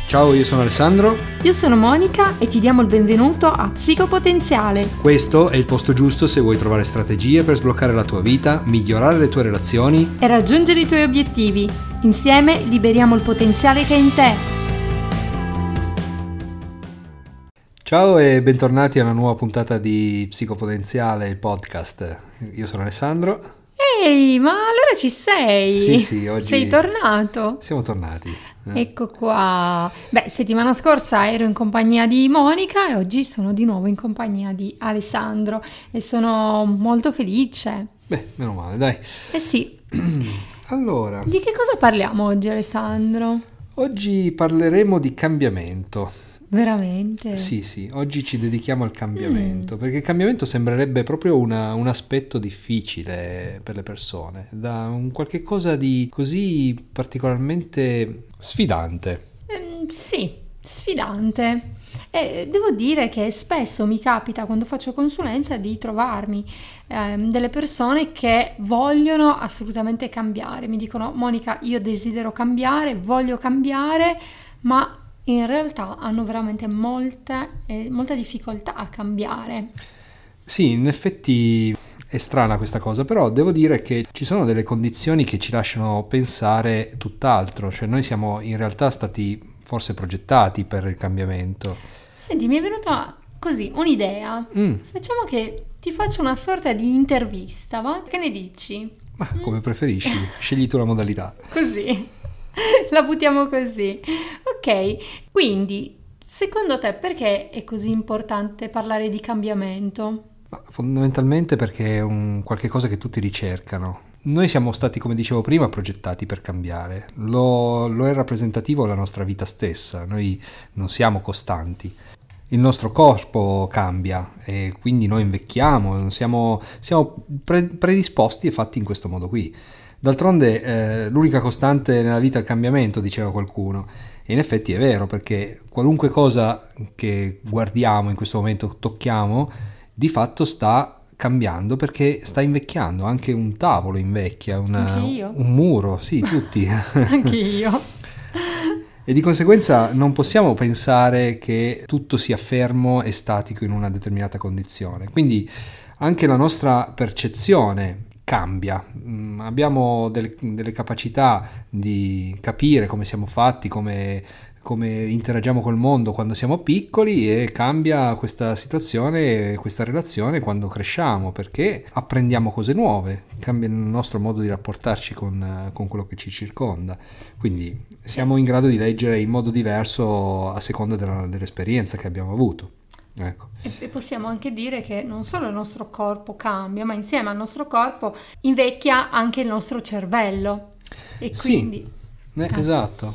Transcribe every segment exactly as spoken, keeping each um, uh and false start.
Ciao, io sono Alessandro. Io sono Monica e ti diamo il benvenuto a Psicopotenziale. Questo è il posto giusto se vuoi trovare strategie per sbloccare la tua vita, migliorare le tue relazioni e raggiungere i tuoi obiettivi. Insieme liberiamo il potenziale che è in te. Ciao e bentornati a una nuova puntata di Psicopotenziale, il podcast. Io sono Alessandro. Ehi, ma allora ci sei? Sì, sì, oggi sei tornato? Siamo tornati. Eh. Ecco qua. Beh, settimana scorsa ero in compagnia di Monica e oggi sono di nuovo in compagnia di Alessandro e sono molto felice. Beh, meno male, dai. Eh sì. Allora, di che cosa parliamo oggi, Alessandro? Oggi parleremo di cambiamento. Veramente? Sì, sì, oggi ci dedichiamo al cambiamento, Mm. perché il cambiamento sembrerebbe proprio una- un aspetto difficile per le persone, da un qualche cosa di così particolarmente sfidante. Ehm, sì, sfidante. E devo dire che spesso mi capita quando faccio consulenza di trovarmi ehm, delle persone che vogliono assolutamente cambiare. Mi dicono: Monica, io desidero cambiare, voglio cambiare, ma in realtà hanno veramente molte, eh, molta difficoltà a cambiare. Sì, in effetti è strana questa cosa, però devo dire che ci sono delle condizioni che ci lasciano pensare tutt'altro, cioè noi siamo in realtà stati forse progettati per il cambiamento. Senti, mi è venuta così un'idea. Mm, Facciamo che ti faccio una sorta di intervista, va? Che ne dici? ma come preferisci, scegli tu la modalità. Così, la buttiamo così. Ok, quindi, secondo te perché è così importante parlare di cambiamento? Ma fondamentalmente perché è un qualche cosa che tutti ricercano. Noi siamo stati, come dicevo prima, progettati per cambiare. Lo, lo è rappresentativo la nostra vita stessa. Noi non siamo costanti. Il nostro corpo cambia e quindi noi invecchiamo, siamo, siamo pre- predisposti e fatti in questo modo qui. D'altronde eh, l'unica costante nella vita è il cambiamento, diceva qualcuno. E in effetti è vero, perché qualunque cosa che guardiamo in questo momento, tocchiamo, di fatto sta cambiando perché sta invecchiando. Anche un tavolo invecchia, una- Anche io. un muro, sì, tutti. Anche io. E di conseguenza non possiamo pensare che tutto sia fermo e statico in una determinata condizione. Quindi anche la nostra percezione cambia. Mm, abbiamo del- delle capacità di capire come siamo fatti, come, come interagiamo col mondo quando siamo piccoli, e cambia questa situazione, questa relazione quando cresciamo, perché apprendiamo cose nuove, cambia il nostro modo di rapportarci con, eh, con quello che ci circonda. Quindi siamo in grado di leggere in modo diverso a seconda della- dell'esperienza che abbiamo avuto. Ecco. E e possiamo anche dire che non solo il nostro corpo cambia, ma insieme al nostro corpo invecchia anche il nostro cervello. E Sì. quindi... Eh, Ah. esatto,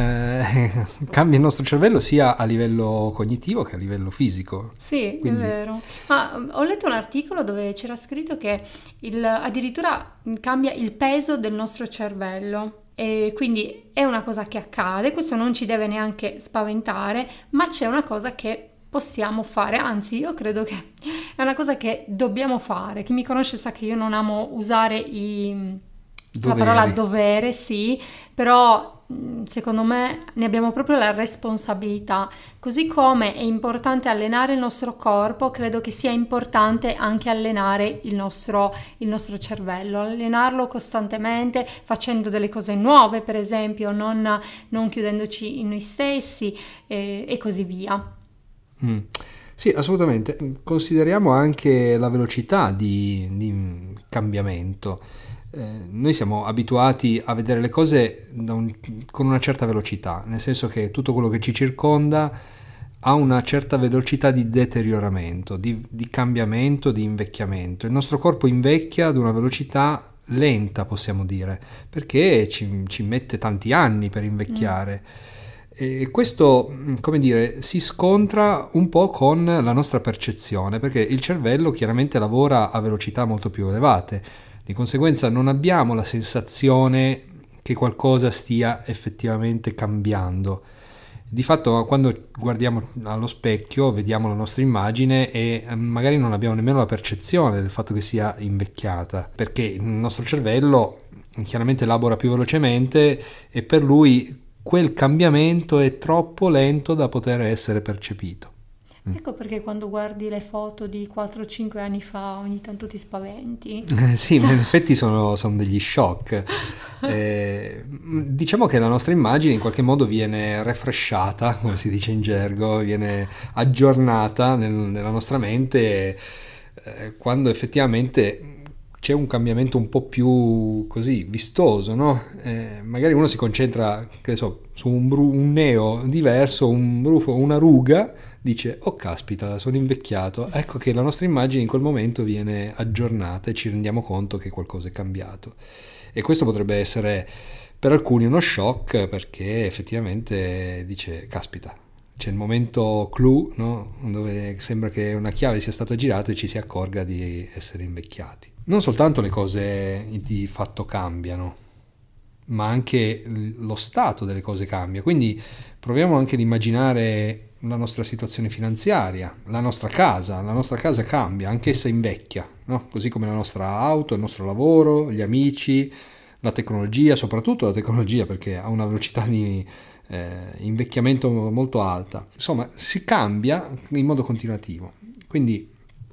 Eh, cambia il nostro cervello sia a livello cognitivo che a livello fisico. Sì, Quindi- è vero. Ma um, ho letto un articolo dove c'era scritto che il- addirittura mm, cambia il peso del nostro cervello. E quindi è una cosa che accade, questo non ci deve neanche spaventare, ma c'è una cosa che possiamo fare, anzi io credo che è una cosa che dobbiamo fare. Chi mi conosce sa che io non amo usare i- la Doveri. parola dovere, sì, però mh, secondo me ne abbiamo proprio la responsabilità. Così come è importante allenare il nostro corpo, credo che sia importante anche allenare il nostro, il nostro cervello, allenarlo costantemente, facendo delle cose nuove, per esempio, non, non chiudendoci in noi stessi e, e così via. Mm. Sì, assolutamente. Consideriamo anche la velocità di, di cambiamento. Eh, noi siamo abituati a vedere le cose da un- con una certa velocità, nel senso che tutto quello che ci circonda ha una certa velocità di deterioramento, di, di cambiamento, di invecchiamento. Il nostro corpo invecchia ad una velocità lenta, possiamo dire, perché ci, ci mette tanti anni per invecchiare. E questo, come dire, si scontra un po' con la nostra percezione, perché il cervello chiaramente lavora a velocità molto più elevate. Di conseguenza non abbiamo la sensazione che qualcosa stia effettivamente cambiando. Di fatto, quando guardiamo allo specchio, vediamo la nostra immagine e magari non abbiamo nemmeno la percezione del fatto che sia invecchiata, perché il nostro cervello chiaramente elabora più velocemente e per lui quel cambiamento è troppo lento da poter essere percepito. Ecco perché quando guardi le foto di quattro cinque anni fa ogni tanto ti spaventi. Eh, sì, ma in effetti sono, sono degli shock. Eh, diciamo che la nostra immagine in qualche modo viene refreshata, come si dice in gergo, viene aggiornata nel- nella nostra mente eh, quando effettivamente c'è un cambiamento un po' più così vistoso, no? Eh, magari uno si concentra, che ne so, su un, bru- un neo diverso, un brufo, una ruga, dice, oh caspita, sono invecchiato. Ecco che la nostra immagine in quel momento viene aggiornata e ci rendiamo conto che qualcosa è cambiato. E questo potrebbe essere per alcuni uno shock, perché effettivamente dice, caspita, c'è il momento clou, no? Dove sembra che una chiave sia stata girata e ci si accorga di essere invecchiati. Non soltanto le cose di fatto cambiano, ma anche lo stato delle cose cambia. Quindi proviamo anche ad immaginare la nostra situazione finanziaria, la nostra casa, la nostra casa cambia, anch'essa invecchia, no? Così come la nostra auto, il nostro lavoro, gli amici, la tecnologia, soprattutto la tecnologia, perché ha una velocità di eh, invecchiamento molto alta. Insomma, si cambia in modo continuativo. Quindi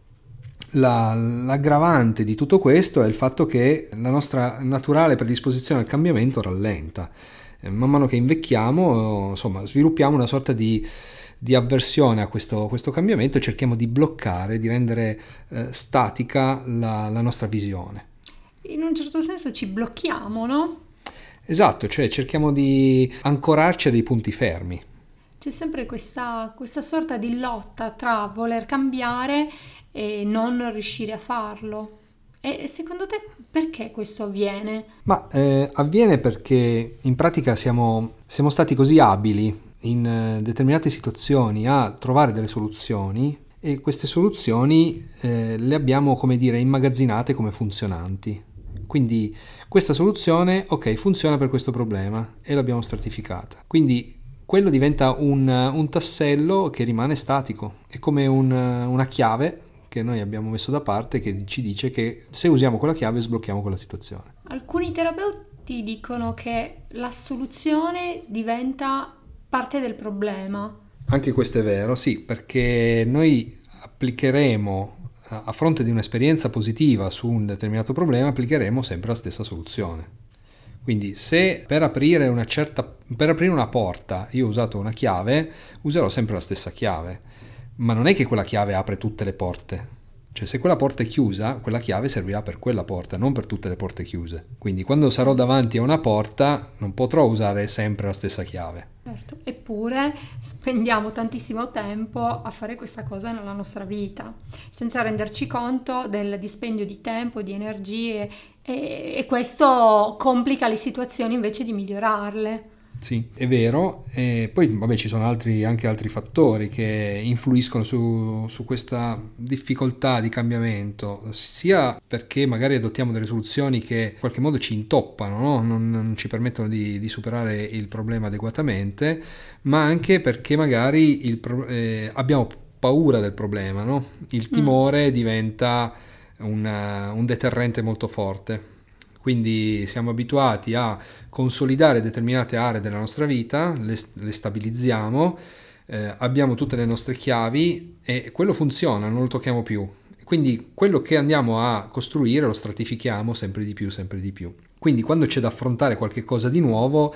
la- l'aggravante di tutto questo è il fatto che la nostra naturale predisposizione al cambiamento rallenta. Eh, Man mano che invecchiamo, insomma, sviluppiamo una sorta di, di avversione a questo, questo cambiamento e cerchiamo di bloccare, di rendere eh, statica la, la nostra visione. In un certo senso ci blocchiamo, no? Esatto, cioè cerchiamo di ancorarci a dei punti fermi. C'è sempre questa, questa sorta di lotta tra voler cambiare e non riuscire a farlo. E secondo te perché questo avviene? Ma eh, avviene perché in pratica siamo, siamo stati così abili in eh, determinate situazioni a trovare delle soluzioni e queste soluzioni eh, le abbiamo, come dire, immagazzinate come funzionanti. Quindi questa soluzione, ok, funziona per questo problema e l'abbiamo stratificata. Quindi quello diventa un, un tassello che rimane statico, è come un- una chiave che noi abbiamo messo da parte che ci dice che se usiamo quella chiave sblocchiamo quella situazione. Alcuni terapeuti dicono che la soluzione diventa parte del problema. Anche questo è vero, sì, perché noi applicheremo, a a fronte di un'esperienza positiva su un determinato problema, applicheremo sempre la stessa soluzione. Quindi se per aprire una certa, per aprire una porta io ho usato una chiave, userò sempre la stessa chiave, ma non è che quella chiave apre tutte le porte. Cioè se quella porta è chiusa, quella chiave servirà per quella porta, non per tutte le porte chiuse. Quindi quando sarò davanti a una porta non potrò usare sempre la stessa chiave. Certo. Eppure spendiamo tantissimo tempo a fare questa cosa nella nostra vita, senza renderci conto del dispendio di tempo, di energie e, e questo complica le situazioni invece di migliorarle. Sì, è vero. E poi vabbè, ci sono altri, anche altri fattori che influiscono su, su questa difficoltà di cambiamento, sia perché magari adottiamo delle soluzioni che in qualche modo ci intoppano, no? non, non ci permettono di, di superare il problema adeguatamente, ma anche perché magari il pro- eh, abbiamo paura del problema, no? Il timore diventa una- un deterrente molto forte. Quindi siamo abituati a consolidare determinate aree della nostra vita, le, le stabilizziamo, eh, abbiamo tutte le nostre chiavi e quello funziona, non lo tocchiamo più. Quindi quello che andiamo a costruire lo stratifichiamo sempre di più, sempre di più. Quindi quando c'è da affrontare qualche cosa di nuovo,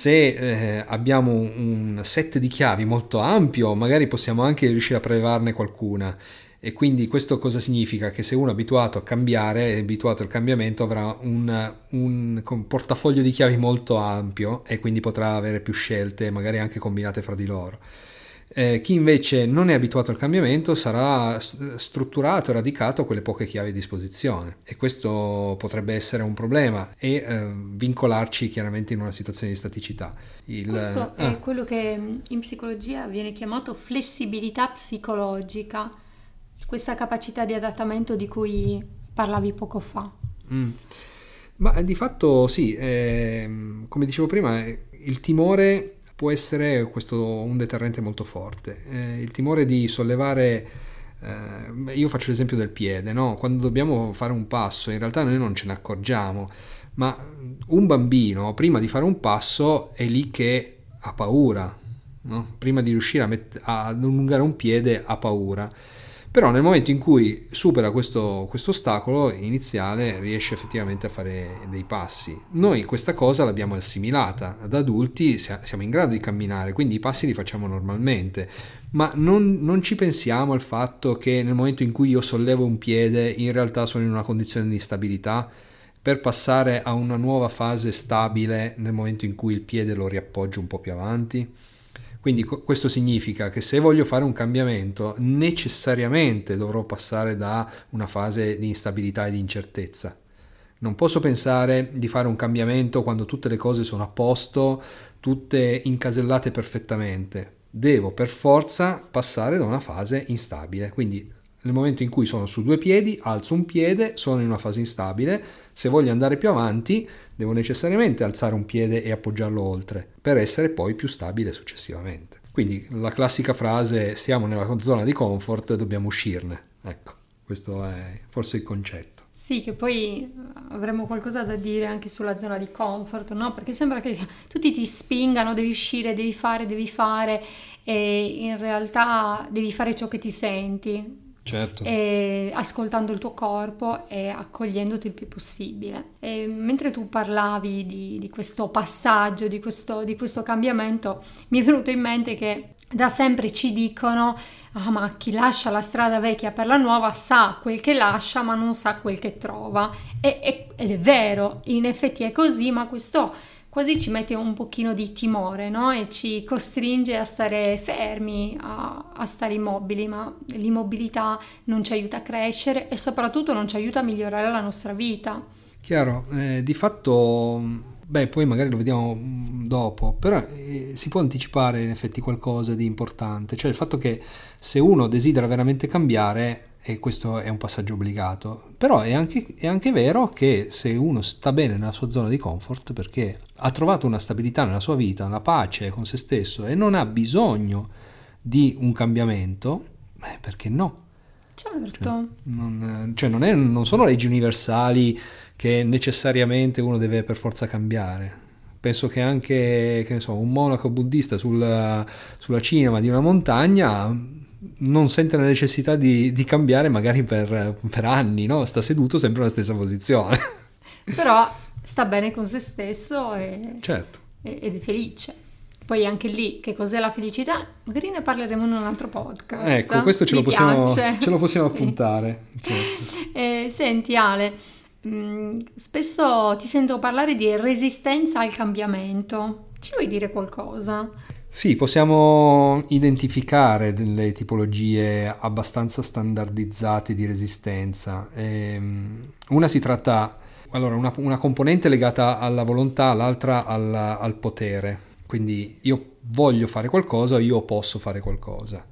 se eh, abbiamo un set di chiavi molto ampio, magari possiamo anche riuscire a prevarne qualcuna. E quindi questo cosa significa? Che se uno è abituato a cambiare, è abituato al cambiamento, avrà un, un portafoglio di chiavi molto ampio e quindi potrà avere più scelte, magari anche combinate fra di loro. Eh, chi invece non è abituato al cambiamento sarà strutturato e radicato a quelle poche chiavi a disposizione e questo potrebbe essere un problema e eh, vincolarci chiaramente in una situazione di staticità. Il, Questo ah. è quello che in psicologia viene chiamato flessibilità psicologica, questa capacità di adattamento di cui parlavi poco fa. Mm. Ma di fatto sì, ehm, come dicevo prima, eh, il timore può essere questo un deterrente molto forte. Eh, il timore di sollevare, eh, io faccio l'esempio del piede, no? Quando dobbiamo fare un passo, in realtà noi non ce ne accorgiamo, ma un bambino prima di fare un passo è lì che ha paura, no? Prima di riuscire a met- ad allungare un piede ha paura. Però nel momento in cui supera questo questo ostacolo iniziale riesce effettivamente a fare dei passi. Noi questa cosa l'abbiamo assimilata, da adulti siamo in grado di camminare, quindi i passi li facciamo normalmente, ma non, non ci pensiamo al fatto che nel momento in cui io sollevo un piede in realtà sono in una condizione di instabilità, per passare a una nuova fase stabile nel momento in cui il piede lo riappoggio un po' più avanti. Quindi questo significa che se voglio fare un cambiamento necessariamente dovrò passare da una fase di instabilità e di incertezza. Non posso pensare di fare un cambiamento quando tutte le cose sono a posto, tutte incasellate perfettamente. Devo per forza passare da una fase instabile. Quindi nel momento in cui sono su due piedi, alzo un piede, sono in una fase instabile. Se voglio andare più avanti, devo necessariamente alzare un piede e appoggiarlo oltre, per essere poi più stabile successivamente. Quindi la classica frase stiamo nella zona di comfort, dobbiamo uscirne. Ecco, questo è forse il concetto. Sì, che poi avremo qualcosa da dire anche sulla zona di comfort, no? Perché sembra che tutti ti spingano, devi uscire, devi fare, devi fare, e in realtà devi fare ciò che ti senti. Certo. E ascoltando il tuo corpo e accogliendoti il più possibile. E mentre tu parlavi di, di questo passaggio, di questo, di questo cambiamento, mi è venuto in mente che da sempre ci dicono: ah, ma chi lascia la strada vecchia per la nuova sa quel che lascia ma non sa quel che trova. E, e, ed è vero, in effetti è così, ma questo quasi ci mette un pochino di timore, no? E ci costringe a stare fermi, a, a stare immobili, ma l'immobilità non ci aiuta a crescere e soprattutto non ci aiuta a migliorare la nostra vita. Chiaro, eh, di fatto, beh, poi magari lo vediamo dopo, però eh, si può anticipare in effetti qualcosa di importante, cioè il fatto che se uno desidera veramente cambiare, e questo è un passaggio obbligato, però è anche, è anche vero che se uno sta bene nella sua zona di comfort perché ha trovato una stabilità nella sua vita, una pace con se stesso e non ha bisogno di un cambiamento, beh, perché no? Certo. Cioè, non, cioè non, è, non sono leggi universali che necessariamente uno deve per forza cambiare. Penso che anche, che ne so, un monaco buddista sul, sulla cima di una montagna non sente la necessità di, di cambiare magari per, per anni, no? Sta seduto sempre nella stessa posizione. Però sta bene con se stesso e, certo. e, ed è felice. Poi anche lì, che cos'è la felicità? Magari ne parleremo in un altro podcast. Ecco, questo ce, lo possiamo, ce lo possiamo sì. appuntare. Certo. Eh, senti Ale, mh, spesso ti sento parlare di resistenza al cambiamento. Ci vuoi dire qualcosa? Sì, possiamo identificare delle tipologie abbastanza standardizzate di resistenza. Ehm, una si tratta, allora, una, una componente legata alla volontà, l'altra al, al potere. Quindi io voglio fare qualcosa o io posso fare qualcosa.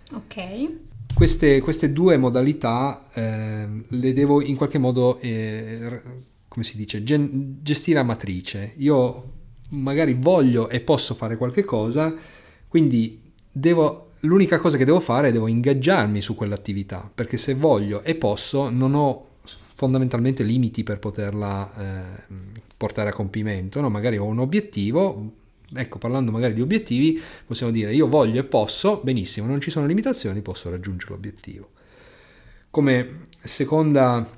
Ok. Queste, queste due modalità eh, le devo in qualche modo, eh, come si dice, gen- gestire a matrice. Io magari voglio e posso fare qualche cosa, quindi devo, l'unica cosa che devo fare è devo ingaggiarmi su quell'attività, perché se voglio e posso non ho fondamentalmente limiti per poterla eh, portare a compimento, no? Magari ho un obiettivo, ecco, parlando magari di obiettivi, possiamo dire io voglio e posso, benissimo, non ci sono limitazioni, posso raggiungere l'obiettivo. Come seconda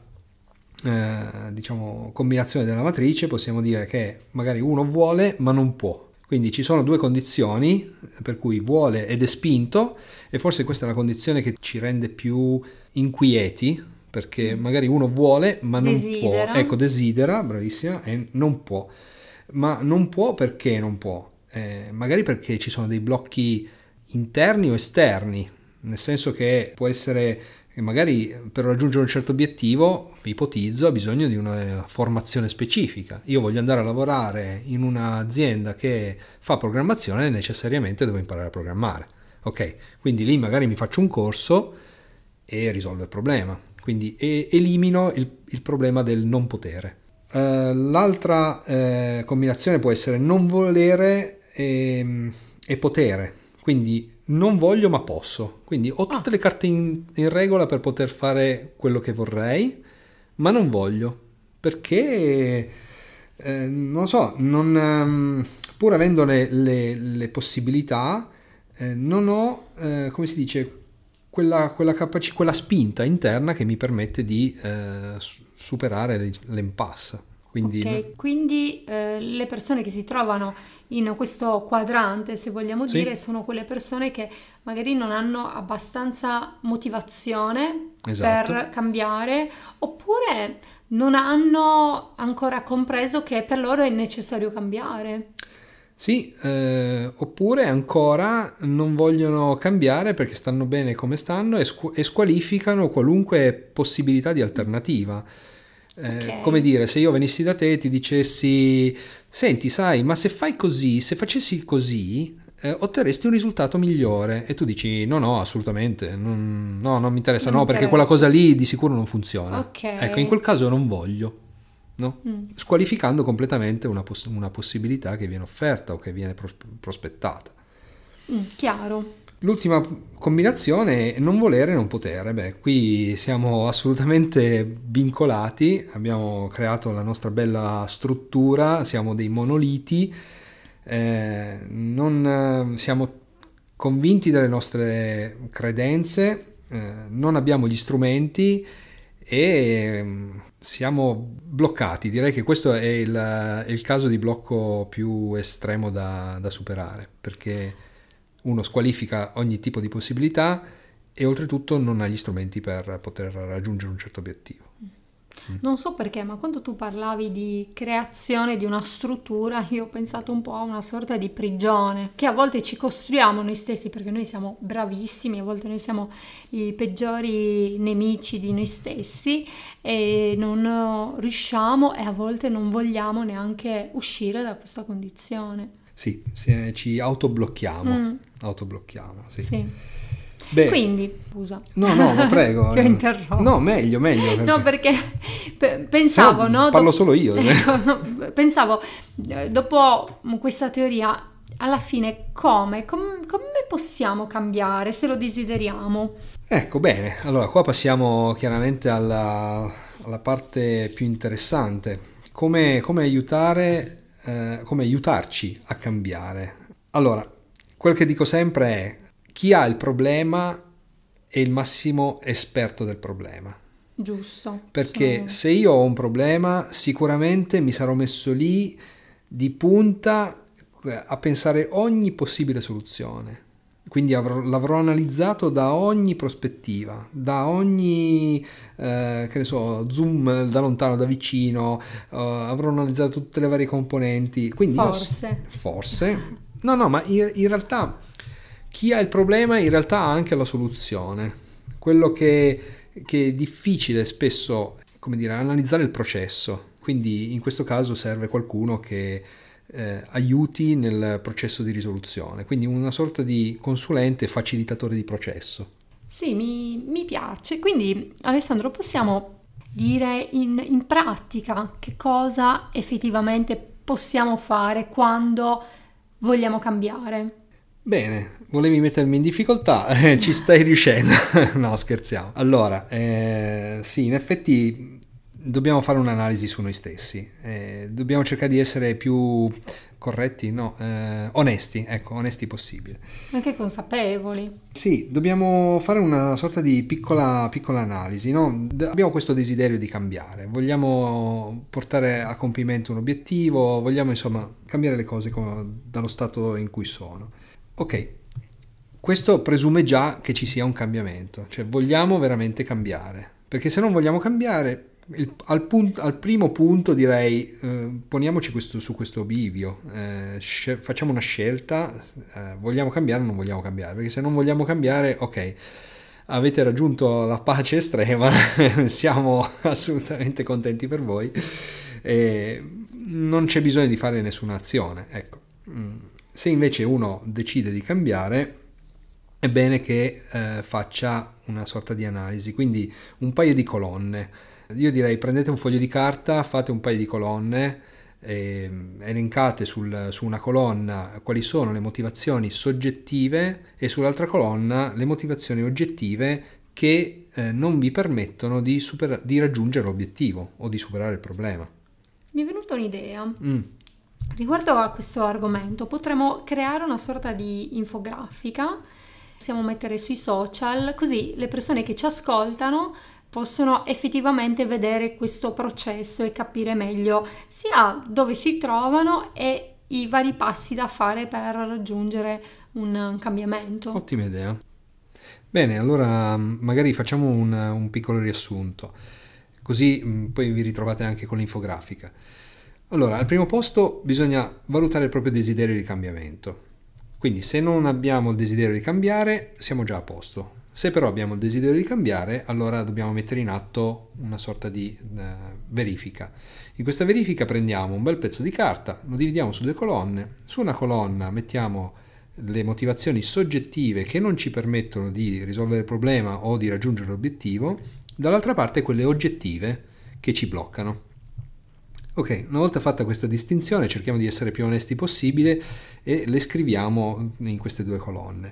Eh, diciamo combinazione della matrice possiamo dire che magari uno vuole ma non può, quindi ci sono due condizioni per cui vuole ed è spinto, e forse questa è la condizione che ci rende più inquieti, perché magari uno vuole ma non desidera. può, ecco, desidera, bravissima, e non può, ma non può perché non può, eh, magari perché ci sono dei blocchi interni o esterni, nel senso che può essere e magari per raggiungere un certo obiettivo, ipotizzo, ha bisogno di una formazione specifica. Io voglio andare a lavorare in un'azienda che fa programmazione e necessariamente devo imparare a programmare. Ok, quindi lì magari mi faccio un corso e risolvo il problema. Quindi e, elimino il, il problema del non potere. Uh, l'altra uh, combinazione può essere non volere e, e potere. Quindi non voglio ma posso, quindi ho tutte ah. le carte in, in regola per poter fare quello che vorrei, ma non voglio, perché eh, non lo so, non, um, pur avendo le, le, le possibilità, eh, non ho, eh, come si dice, quella, quella, capaci- quella spinta interna che mi permette di eh, superare l'impasse. Quindi, ok, no? quindi eh, le persone che si trovano in questo quadrante, se vogliamo Sì. dire, sono quelle persone che magari non hanno abbastanza motivazione Esatto. per cambiare, oppure non hanno ancora compreso che per loro è necessario cambiare. Sì, eh, oppure ancora non vogliono cambiare perché stanno bene come stanno e, squ- e squalificano qualunque possibilità di alternativa. Eh, Ok. come dire, se io venissi da te e ti dicessi, senti, sai, ma se fai così, se facessi così, eh, otterresti un risultato migliore. E tu dici, no, no, assolutamente, non, no, non mi interessa, Non no, perché quella interessa. cosa lì di sicuro non funziona. Ok. Ecco, in quel caso non voglio. No? Mm. Squalificando completamente una, poss- una possibilità che viene offerta o che viene pros- prospettata. Mm, chiaro. L'ultima combinazione è non volere e non potere. Beh, qui siamo assolutamente vincolati, abbiamo creato la nostra bella struttura, siamo dei monoliti, eh, non eh, siamo convinti delle nostre credenze, eh, non abbiamo gli strumenti e mm, siamo bloccati. Direi che questo è il, è il caso di blocco più estremo da, da superare, perché uno squalifica ogni tipo di possibilità e oltretutto non ha gli strumenti per poter raggiungere un certo obiettivo. Non so perché, ma quando tu parlavi di creazione di una struttura, io ho pensato un po' a una sorta di prigione, che a volte ci costruiamo noi stessi perché noi siamo bravissimi, a volte noi siamo i peggiori nemici di noi stessi e non riusciamo e a volte non vogliamo neanche uscire da questa condizione. Sì, se- ci autoblocchiamo, Mm, autoblocchiamo, sì. sì. Beh, Quindi, scusa. no, no, ma prego. Ti ho interrotto. No, meglio, meglio. No, perché pe- pensavo, Se no, no? parlo dop- solo io. Ecco, no, pensavo, eh, dopo questa teoria, alla fine come? Com- come possiamo cambiare se lo desideriamo? Ecco, bene. Allora, qua passiamo chiaramente alla, alla parte più interessante. Come, come aiutare, eh, come aiutarci a cambiare. Allora, quel che dico sempre è: chi ha il problema è il massimo esperto del problema. Giusto. Perché sono- se io ho un problema, sicuramente mi sarò messo lì di punta eh, a pensare ogni possibile soluzione. Quindi avrò- l'avrò analizzato da ogni prospettiva, da ogni, eh, che ne so, zoom da lontano, da vicino, eh, avrò analizzato tutte le varie componenti. Quindi io- Forse. forse. No, no, ma in, in realtà chi ha il problema in realtà ha anche la soluzione. Quello che, che è difficile spesso, come dire, analizzare il processo. Quindi in questo caso serve qualcuno che eh, aiuti nel processo di risoluzione. Quindi una sorta di consulente facilitatore di processo. Sì, mi, mi piace. Quindi, Alessandro, possiamo dire in, in pratica che cosa effettivamente possiamo fare quando vogliamo cambiare? Bene, volevi mettermi in difficoltà, eh, ci stai riuscendo. No, scherziamo. Allora, eh, sì, in effetti dobbiamo fare un'analisi su noi stessi, eh, dobbiamo cercare di essere più corretti, no, eh, onesti, ecco, onesti possibile. Anche consapevoli. Sì, dobbiamo fare una sorta di piccola, piccola analisi, no? D- Abbiamo questo desiderio di cambiare, vogliamo portare a compimento un obiettivo, vogliamo insomma cambiare le cose co- dallo stato in cui sono. Ok, questo presume già che ci sia un cambiamento, cioè vogliamo veramente cambiare, perché se non vogliamo cambiare, il- al, punt- al primo punto direi eh, poniamoci questo, su questo bivio, eh, sce- facciamo una scelta, eh, vogliamo cambiare o non vogliamo cambiare, perché se non vogliamo cambiare, ok, avete raggiunto la pace estrema, siamo assolutamente contenti per voi e non c'è bisogno di fare nessuna azione, ecco. Mm. Se invece uno decide di cambiare, è bene che eh, faccia una sorta di analisi, quindi un paio di colonne. Io direi prendete un foglio di carta, fate un paio di colonne, eh, elencate sul, su una colonna quali sono le motivazioni soggettive e sull'altra colonna le motivazioni oggettive che eh, non vi permettono di, super- di raggiungere l'obiettivo o di superare il problema. Mi è venuta un'idea. Mm. Riguardo a questo argomento, potremmo creare una sorta di infografica, possiamo mettere sui social, così le persone che ci ascoltano possono effettivamente vedere questo processo e capire meglio sia dove si trovano e i vari passi da fare per raggiungere un cambiamento. Ottima idea. Bene, allora magari facciamo un, un piccolo riassunto, così mh, poi vi ritrovate anche con l'infografica. Allora, al primo posto bisogna valutare il proprio desiderio di cambiamento. Quindi se non abbiamo il desiderio di cambiare, siamo già a posto. Se però abbiamo il desiderio di cambiare, allora dobbiamo mettere in atto una sorta di eh, verifica. In questa verifica prendiamo un bel pezzo di carta, lo dividiamo su due colonne. Su una colonna mettiamo le motivazioni soggettive che non ci permettono di risolvere il problema o di raggiungere l'obiettivo, dall'altra parte quelle oggettive che ci bloccano. Ok, una volta fatta questa distinzione cerchiamo di essere più onesti possibile e le scriviamo in queste due colonne.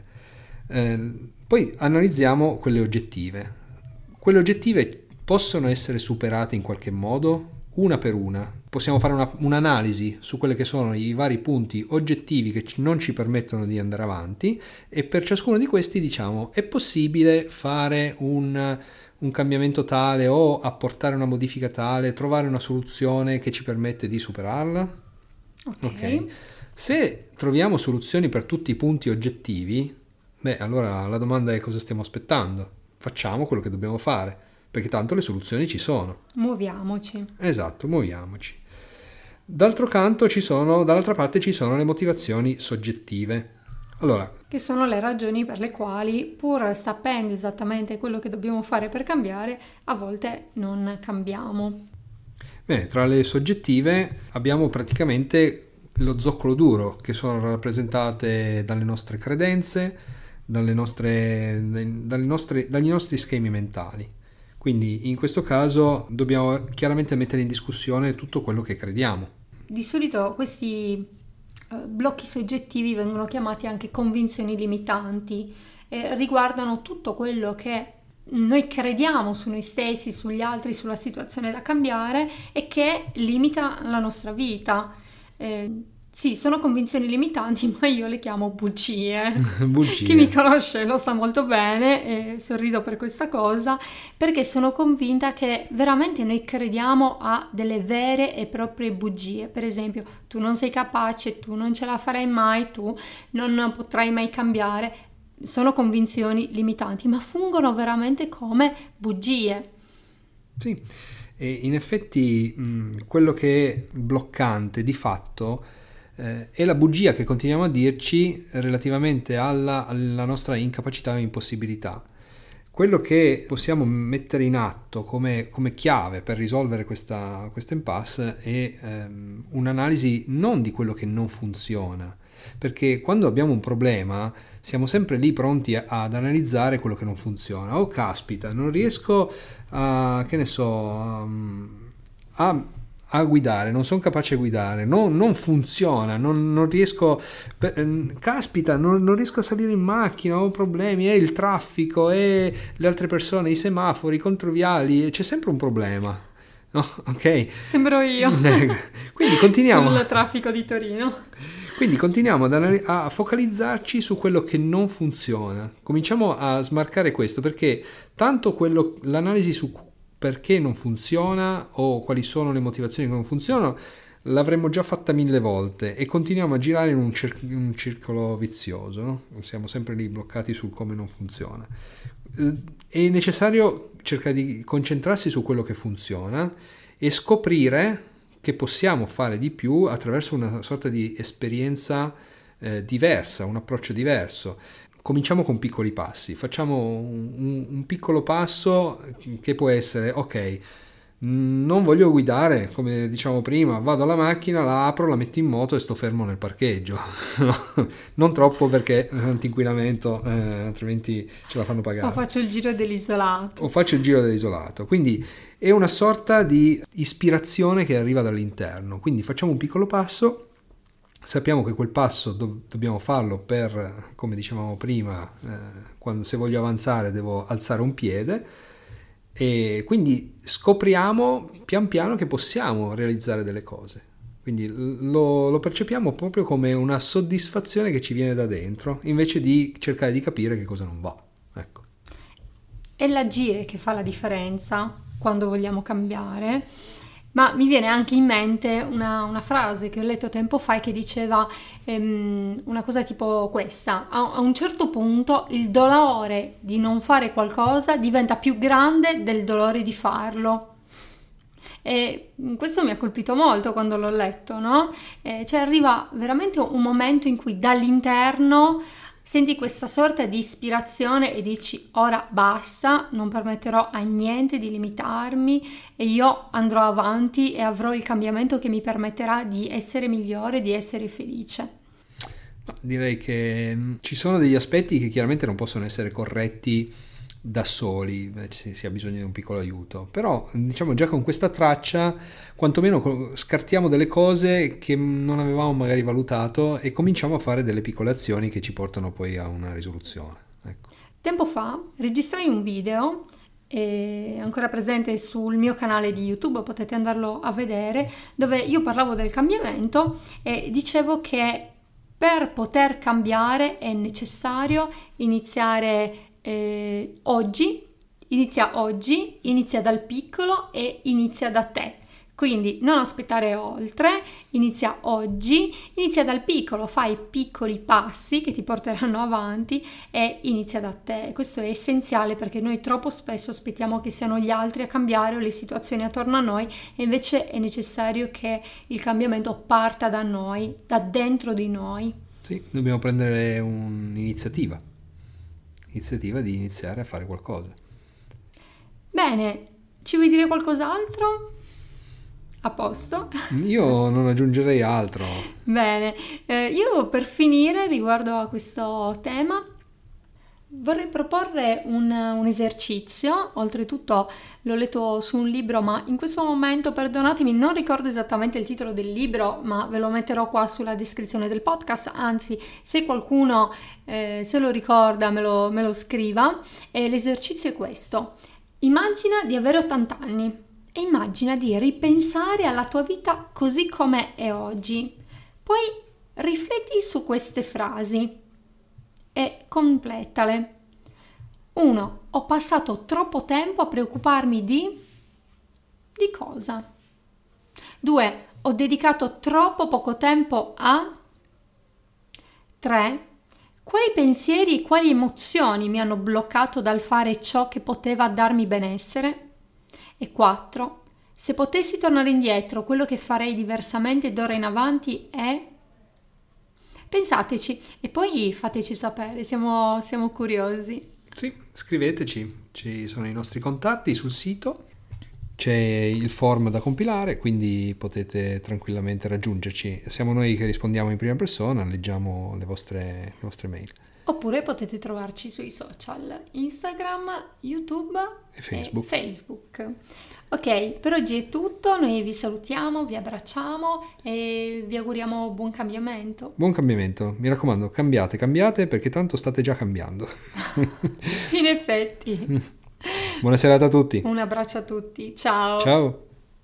Eh, poi analizziamo quelle oggettive. Quelle oggettive possono essere superate in qualche modo, una per una. Possiamo fare una, un'analisi su quelli che sono i vari punti oggettivi che non ci permettono di andare avanti e per ciascuno di questi diciamo è possibile fare un, un cambiamento tale o apportare una modifica tale, trovare una soluzione che ci permette di superarla. Ok. Ok. Se troviamo soluzioni per tutti i punti oggettivi, beh, allora la domanda è cosa stiamo aspettando? Facciamo quello che dobbiamo fare, perché tanto le soluzioni ci sono. Muoviamoci. Esatto, muoviamoci. D'altro canto ci sono, dall'altra parte ci sono le motivazioni soggettive. Allora, Che sono le ragioni per le quali, pur sapendo esattamente quello che dobbiamo fare per cambiare, a volte non cambiamo. bene, tra le soggettive abbiamo praticamente lo zoccolo duro, che sono rappresentate dalle nostre credenze, dalle nostre, dalle nostre, dagli nostri schemi mentali. Quindi in questo caso dobbiamo chiaramente mettere in discussione tutto quello che crediamo. Di solito questi eh, blocchi soggettivi vengono chiamati anche convinzioni limitanti e riguardano tutto quello che noi crediamo su noi stessi, sugli altri, sulla situazione da cambiare e che limita la nostra vita. Eh, sì, sono convinzioni limitanti, ma io le chiamo bugie. Bugie. Chi mi conosce lo sa molto bene e sorrido per questa cosa, perché sono convinta che veramente noi crediamo a delle vere e proprie bugie. Per esempio, tu non sei capace, tu non ce la farai mai, tu non potrai mai cambiare. Sono convinzioni limitanti, ma fungono veramente come bugie. Sì, e in effetti mh, quello che è bloccante di fatto eh, è la bugia che continuiamo a dirci relativamente alla, alla nostra incapacità o impossibilità. Quello che possiamo mettere in atto come, come chiave per risolvere questa, questa impasse è ehm, un'analisi non di quello che non funziona, perché quando abbiamo un problema siamo sempre lì pronti ad analizzare quello che non funziona. Oh caspita, non riesco a, che ne so, a, a guidare, non sono capace a guidare, no, non funziona, non, non riesco, caspita, non, non riesco a salire in macchina, ho problemi, è il traffico, è le altre persone, i semafori, i controviali, c'è sempre un problema. No? Ok? Sembro io. Quindi continuiamo. Sul traffico di Torino. Quindi continuiamo ad anal- a focalizzarci su quello che non funziona. Cominciamo a smarcare questo perché tanto quello, l'analisi su perché non funziona o quali sono le motivazioni che non funzionano l'avremmo già fatta mille volte e continuiamo a girare in un, cer- in un circolo vizioso, no? Siamo sempre lì bloccati sul come non funziona. È necessario cercare di concentrarsi su quello che funziona e scoprire che possiamo fare di più attraverso una sorta di esperienza eh, diversa, un approccio diverso. Cominciamo con piccoli passi, facciamo un, un piccolo passo che può essere, ok, non voglio guidare, come diciamo prima, vado alla macchina, la apro, la metto in moto e sto fermo nel parcheggio. Non troppo perché antinquinamento, eh, altrimenti ce la fanno pagare. O faccio il giro dell'isolato. O faccio il giro dell'isolato. Quindi è una sorta di ispirazione che arriva dall'interno. Quindi facciamo un piccolo passo, sappiamo che quel passo do- dobbiamo farlo per, come dicevamo prima, eh, quando se voglio avanzare devo alzare un piede. E quindi scopriamo pian piano che possiamo realizzare delle cose. Quindi lo, lo percepiamo proprio come una soddisfazione che ci viene da dentro, invece di cercare di capire che cosa non va. Ecco. È l'agire che fa la differenza quando vogliamo cambiare, ma mi viene anche in mente una, una frase che ho letto tempo fa e che diceva ehm, una cosa tipo questa: a, a un certo punto il dolore di non fare qualcosa diventa più grande del dolore di farlo. E questo mi ha colpito molto quando l'ho letto, no? E cioè arriva veramente un momento in cui dall'interno senti questa sorta di ispirazione e dici: ora basta, non permetterò a niente di limitarmi e io andrò avanti e avrò il cambiamento che mi permetterà di essere migliore, di essere felice. Direi che ci sono degli aspetti che chiaramente non possono essere corretti da soli, se si ha bisogno di un piccolo aiuto, però diciamo già con questa traccia quantomeno scartiamo delle cose che non avevamo magari valutato e cominciamo a fare delle piccole azioni che ci portano poi a una risoluzione. Ecco. Tempo fa registrai un video, è ancora presente sul mio canale di YouTube, potete andarlo a vedere, dove io parlavo del cambiamento e dicevo che per poter cambiare è necessario iniziare Eh, oggi, inizia oggi, inizia dal piccolo e inizia da te. Quindi non aspettare oltre, inizia oggi, inizia dal piccolo, fai piccoli passi che ti porteranno avanti e inizia da te. Questo è essenziale perché noi troppo spesso aspettiamo che siano gli altri a cambiare o le situazioni attorno a noi e invece è necessario che il cambiamento parta da noi, da dentro di noi. Sì, dobbiamo prendere un'iniziativa. iniziativa di iniziare a fare qualcosa. Bene, ci vuoi dire qualcos'altro? A posto? Io non aggiungerei altro. Bene, eh, io per finire riguardo a questo tema vorrei proporre un, un esercizio. Oltretutto l'ho letto su un libro, ma in questo momento, perdonatemi, non ricordo esattamente il titolo del libro, ma ve lo metterò qua sulla descrizione del podcast. Anzi, se qualcuno eh, se lo ricorda me lo, me lo scriva. E l'esercizio è questo: immagina di avere ottanta anni e immagina di ripensare alla tua vita così come è oggi. Poi rifletti su queste frasi e completale. uno. Ho passato troppo tempo a preoccuparmi di... di cosa? due. Ho dedicato troppo poco tempo a... tre. Quali pensieri e quali emozioni mi hanno bloccato dal fare ciò che poteva darmi benessere? E quattro. Se potessi tornare indietro, quello che farei diversamente d'ora in avanti è... Pensateci e poi fateci sapere, siamo, siamo curiosi. Sì, scriveteci, ci sono i nostri contatti sul sito, c'è il form da compilare, quindi potete tranquillamente raggiungerci. Siamo noi che rispondiamo in prima persona, leggiamo le vostre, le vostre mail. Oppure potete trovarci sui social, Instagram, YouTube e Facebook. E Facebook. Ok, per oggi è tutto, noi vi salutiamo, vi abbracciamo e vi auguriamo buon cambiamento. Buon cambiamento, mi raccomando, cambiate, cambiate perché tanto state già cambiando. In effetti. Buona serata a tutti. Un abbraccio a tutti, ciao. Ciao.